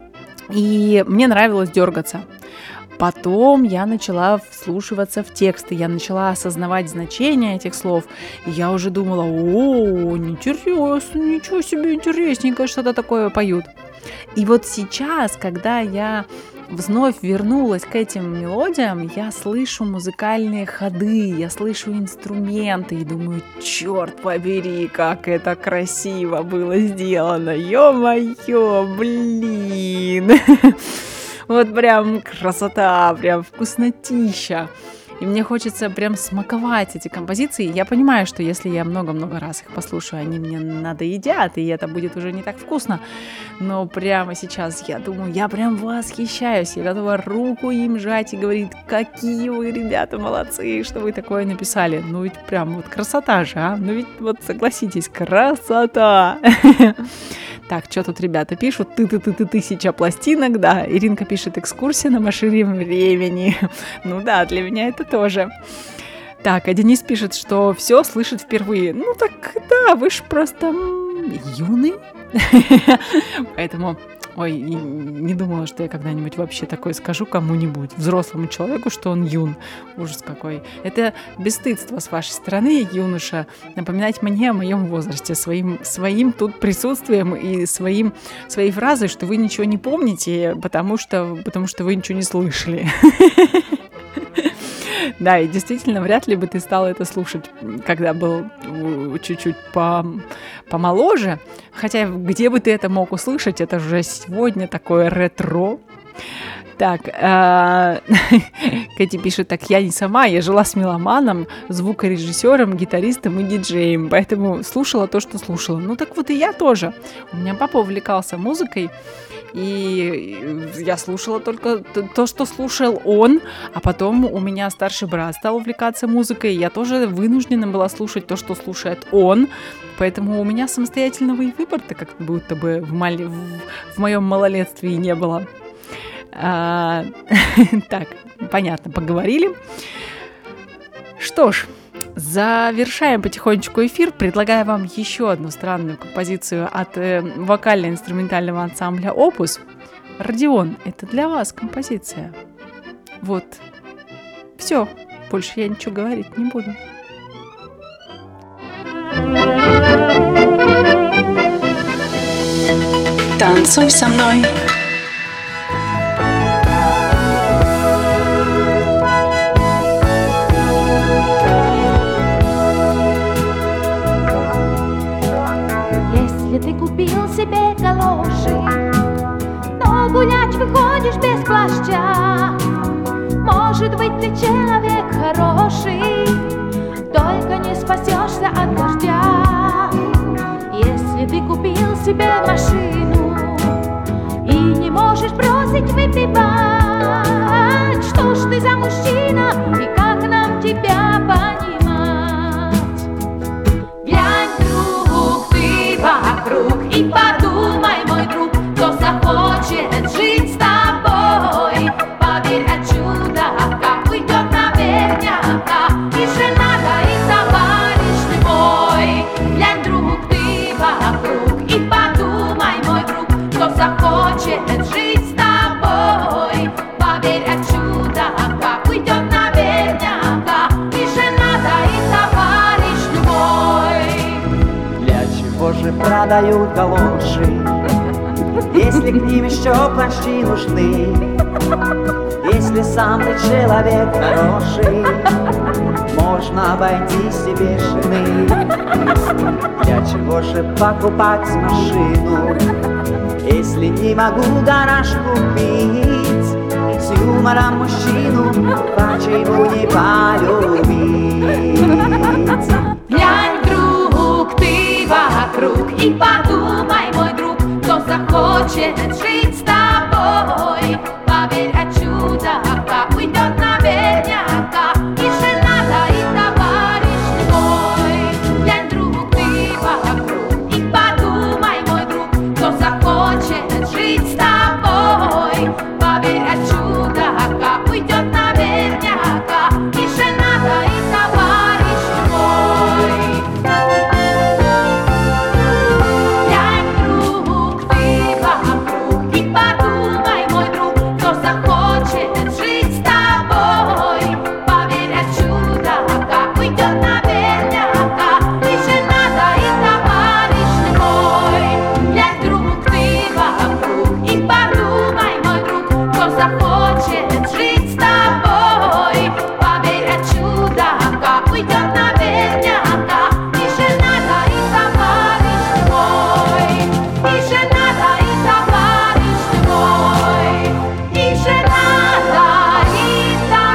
и мне нравилось дергаться. Потом я начала вслушиваться в тексты, я начала осознавать значение этих слов, и я уже думала: о, интересно, ничего себе, интересненько, что-то такое поют. И вот сейчас, когда я вновь вернулась к этим мелодиям, я слышу музыкальные ходы, я слышу инструменты и думаю: черт побери, как это красиво было сделано, ё-моё, блин. Вот прям красота, прям вкуснотища. И мне хочется прям смаковать эти композиции. Я понимаю, что если я много-много раз их послушаю, они мне надоедят, и это будет уже не так вкусно. Но прямо сейчас я думаю, я прям восхищаюсь. Я готова руку им жать и говорить: какие вы, ребята, молодцы, что вы такое написали. Ну ведь прям вот красота же, а? Ну ведь вот согласитесь, красота. Так, что тут ребята пишут? Тысяча пластинок, да. Иринка пишет: экскурсия на машине времени. Ну да, для меня это тоже. Так, а Денис пишет, что все слышит впервые. Ну так, да, вы ж просто юны. Поэтому, ой, не думала, что я когда-нибудь вообще такое скажу кому-нибудь, взрослому человеку, что он юн. Ужас какой. Это бесстыдство с вашей стороны, юноша, напоминать мне о моем возрасте, своим тут присутствием и своей фразой, что вы ничего не помните, потому что вы ничего не слышали. Да, и действительно, вряд ли бы ты стал это слушать, когда был чуть-чуть помоложе. Хотя где бы ты это мог услышать, это уже сегодня такое ретро. Так, Кэти пишет, так я не сама, я жила с меломаном, звукорежиссером, гитаристом и диджеем, поэтому слушала то, что слушала. Ну так вот и я тоже. У меня папа увлекался музыкой, и я слушала только то, что слушал он, а потом у меня старший брат стал увлекаться музыкой, и я тоже вынуждена была слушать то, что слушает он, поэтому у меня самостоятельного и выбора-то как будто бы в моем малолетстве и не было. Так, понятно, поговорили. Что ж, завершаем потихонечку эфир. Предлагаю вам еще одну странную композицию от вокально-инструментального ансамбля «Опус». Родион, это для вас композиция. Вот. Все, больше я ничего говорить не буду. Танцуй со мной. Если ты купил себе галоши, но гулять выходишь без плаща, может быть, ты человек хороший, только не спасешься от дождя. Если ты купил себе машину и не можешь бросить выпивать, что ж ты за мужчина и как нам тебя понимать? Глянь, друг, ты вокруг и подумай, мой друг, кто захочет жить с тобой. Поверь, от чуда, как уйдет наверняка, и жена, да и товарищ ты мой. Глянь, друг, ты вокруг и подумай, мой друг, кто захочет жить с тобой. Поверь, от чуда, как уйдет наверняка, и жена, да и товарищ ты мой. Для чего же продают галоши, если к ним еще плащи нужны? Если сам ты человек хороший, можно обойтись себе жены. Для чего же покупать машину, если не могу гараж купить? С юмором мужчину почему не полюбить? Глянь, друг, ты вокруг и подумай, мой друг, кто захочет жить с тобой. Поверь, от чуда, как уйдет наверняка, и жена, да и товарищ твой. Глянь, друг, ты вокруг и подумай, мой друг, кто захочет жить с тобой. Поверь, от чуда, как уйдет наверняка, и жена, да и товарищ твой. Глянь, друг, ты вокруг и подумай, мой друг, кто захочет жить с тобой. Поверь, от чуда, как уйдет наверняка, и жена, да и товарищ твой. Глянь, друг, ты вокруг и подумай, мой друг, кто захочет жить с тобой. Поверь, от чуда, как уйдет наверняка, и жена, да и товарищ твой. И жена, да и товарищ твой. И жена, да и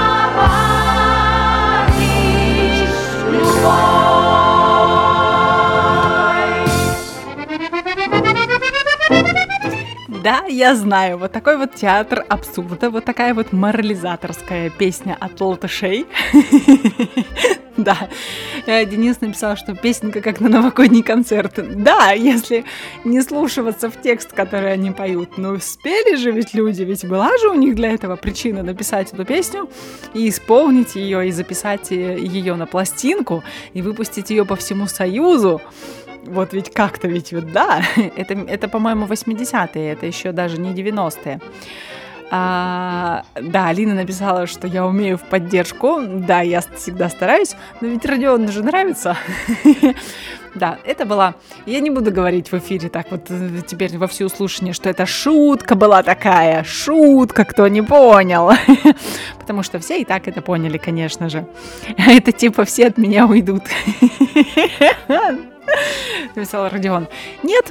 товарищ любой. Да, я знаю, вот такой вот театр абсурда, вот такая вот морализаторская песня от латышей. Да, Денис написал, что песенка как на новогодний концерт. Да, если не слушаться в текст, который они поют. Ну, спели же ведь люди, ведь была же у них для этого причина написать эту песню и исполнить ее, и записать ее на пластинку, и выпустить ее по всему Союзу. Вот ведь как-то ведь, вот, да, это, по-моему, 80-е, это еще даже не 90-е. Да, Алина написала, что я умею в поддержку. Да, я всегда стараюсь, но ведь Родиону же нравится. Да, это была... Я не буду говорить в эфире так вот теперь во всеуслышание, что это шутка была такая. Шутка, кто не понял. Потому что все и так это поняли, конечно же. Это типа все от меня уйдут. Написал Родион. Нет,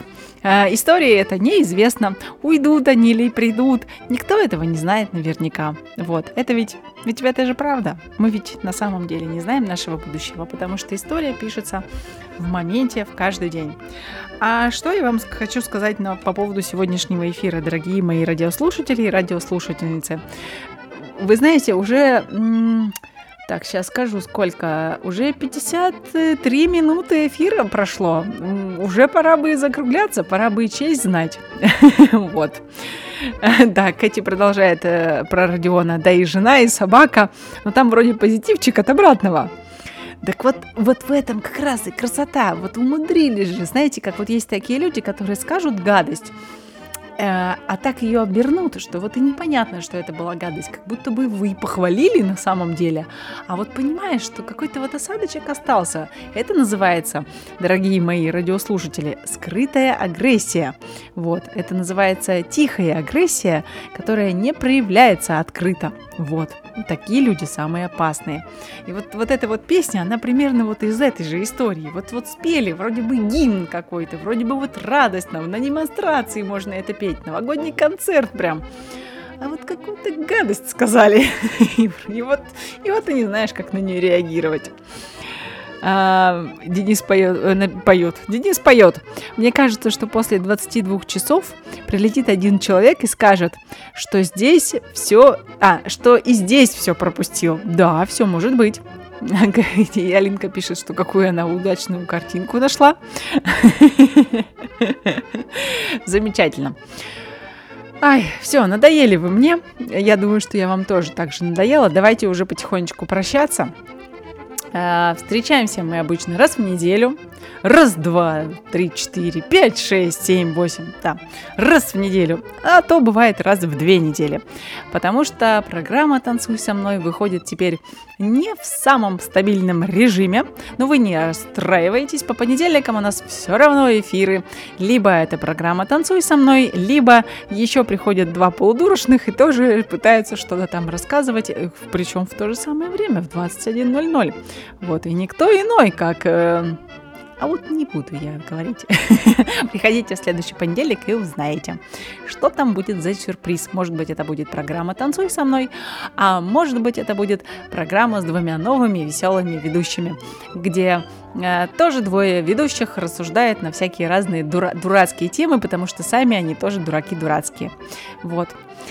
Истории это неизвестно, уйдут они или придут, никто этого не знает наверняка. Вот, это ведь это же правда. Мы ведь на самом деле не знаем нашего будущего, потому что история пишется в моменте, в каждый день. А что я вам хочу сказать по поводу сегодняшнего эфира, дорогие мои радиослушатели и радиослушательницы. Вы знаете, уже... Так, сейчас скажу, сколько. Уже 53 минуты эфира прошло. Уже пора бы и закругляться, пора бы и честь знать. Вот. Да, Кэти продолжает про Родиона. Да и жена, и собака. Но там вроде позитивчик от обратного. Так вот в этом как раз и красота. Вот умудрились же. Знаете, как вот есть такие люди, которые скажут гадость, а так ее обернут, что вот и непонятно, что это была гадость, как будто бы вы похвалили на самом деле, а вот понимаешь, что какой-то вот осадочек остался. Это называется, дорогие мои радиослушатели, скрытая агрессия. Вот, это называется тихая агрессия, которая не проявляется открыто. Вот, такие люди самые опасные. И вот эта вот песня, она примерно вот из этой же истории. Вот спели, вроде бы гимн какой-то, вроде бы вот радостно, на демонстрации можно это петь, новогодний концерт прям. А вот какую-то гадость сказали. И вот ты не знаешь, как на нее реагировать. Денис поет. Денис поет. Мне кажется, что после 22 часов прилетит один человек и скажет, что здесь все... что и здесь все пропустил. Да, все может быть. И Алинка пишет, что какую она удачную картинку нашла. Замечательно. Ай, все, надоели вы мне. Я думаю, что я вам тоже так же надоела. Давайте уже потихонечку прощаться. Встречаемся мы обычно раз в неделю. Раз, два, три, четыре, пять, шесть, семь, восемь. Да, раз в неделю. А то бывает раз в 2 недели. Потому что программа «Танцуй со мной» выходит теперь не в самом стабильном режиме. Но вы не расстраивайтесь. По понедельникам у нас все равно эфиры. Либо это программа «Танцуй со мной», либо еще приходят 2 полудурочных и тоже пытаются что-то там рассказывать. Причем в то же самое время, в 21:00. Вот, и никто иной, как... А вот не буду я говорить. Приходите в следующий понедельник и узнаете, что там будет за сюрприз. Может быть, это будет программа «Танцуй со мной», а может быть, это будет программа с 2 новыми веселыми ведущими, где тоже 2 ведущих рассуждают на всякие разные дурацкие темы, потому что сами они тоже дураки дурацкие. Вот.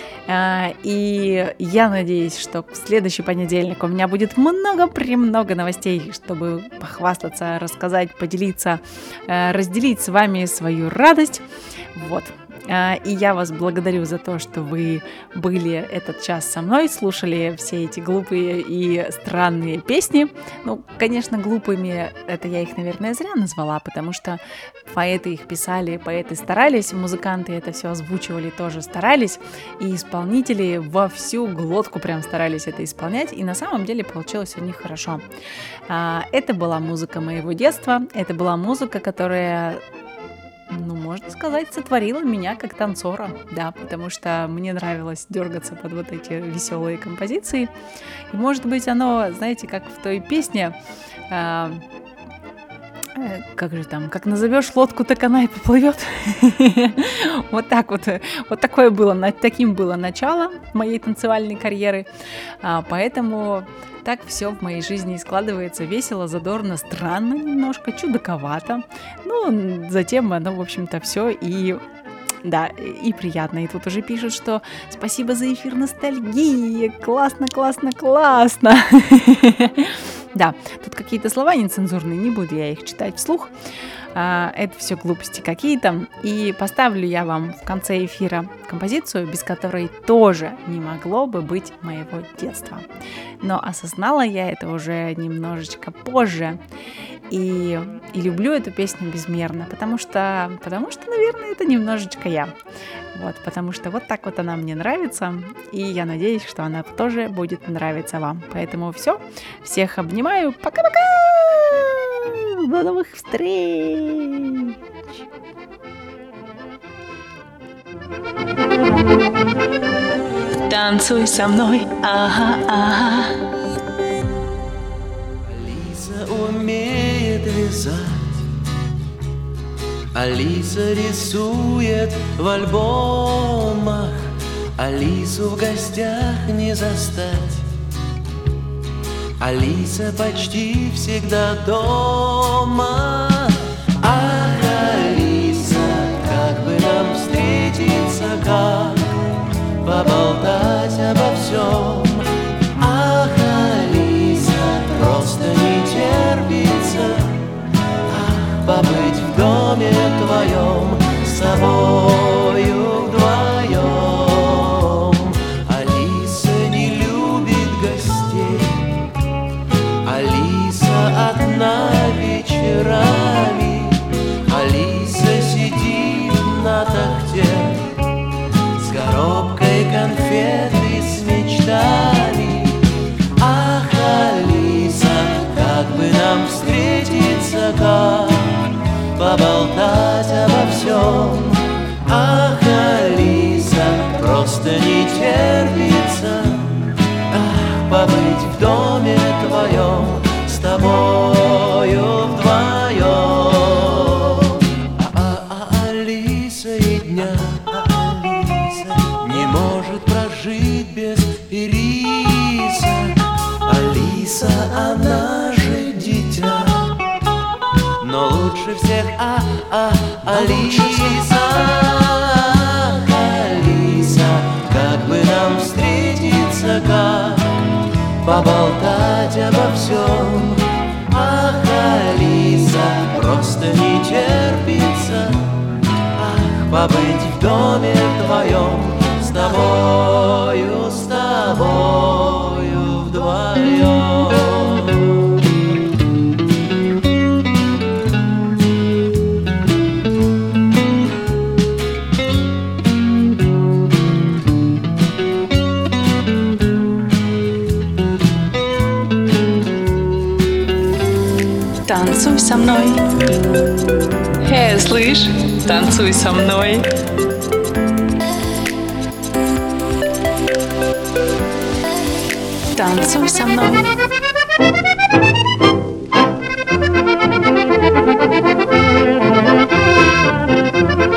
И я надеюсь, что в следующий понедельник у меня будет много новостей, чтобы похвастаться, рассказать, поделиться, разделить с вами свою радость. Вот. И я вас благодарю за то, что вы были этот час со мной, слушали все эти глупые и странные песни. Ну, конечно, глупыми, это я их, наверное, зря назвала, потому что поэты их писали, поэты старались, музыканты это все озвучивали, тоже старались, и исполнители во всю глотку прям старались это исполнять, и на самом деле получилось у них хорошо. Это была музыка моего детства, это была музыка, которая... можно сказать, сотворила меня как танцора, да, потому что мне нравилось дергаться под вот эти веселые композиции. И, может быть, оно, знаете, как в той песне, как же там, как назовешь лодку, так она и поплывет. Вот так вот, таким было начало моей танцевальной карьеры, поэтому... Так все в моей жизни складывается весело, задорно, странно немножко, чудаковато. Ну, затем оно, в общем-то, все и... Да, и приятно. И тут уже пишут, что спасибо за эфир ностальгии. Классно. Да, тут какие-то слова нецензурные, не буду я их читать вслух. Это все глупости какие-то. И поставлю я вам в конце эфира композицию, без которой тоже не могло бы быть моего детства. Но осознала я это уже немножечко позже. И люблю эту песню безмерно, потому что, наверное, это немножечко я. Вот, потому что вот так вот она мне нравится, и я надеюсь, что она тоже будет нравиться вам. Поэтому все, всех обнимаю, пока-пока! До новых встреч! Танцуй со мной, ага. Алиса умеет вязать, Алиса рисует в альбомах, Алису в гостях не застать. Алиса почти всегда дома. Ах, Алиса, как бы нам встретиться, как поболтать обо всем. Ах, Алиса, просто не терпится побыть в доме твоем с тобою вдвоем. Алиса не любит гостей, Алиса одна вечерами. Алиса сидит на тахте с коробкой конфет и с мечтами. Ах, Алиса, как бы нам встретиться, как поболтать обо всем. Ах, Алиса, просто не терпится побыть в доме твоем с тобою вдвоем. Алиса и дня Алиса не может прожить без ириса. Алиса, она же дитя, но лучше всех Алиса. Алиса, как бы нам встретиться, как поболтать обо всем. Ах, Алиса, просто не терпится побыть в доме твоем с тобою вдвоем. Танцуй со мной. Слышь, танцуй со мной. Танцуй со мной.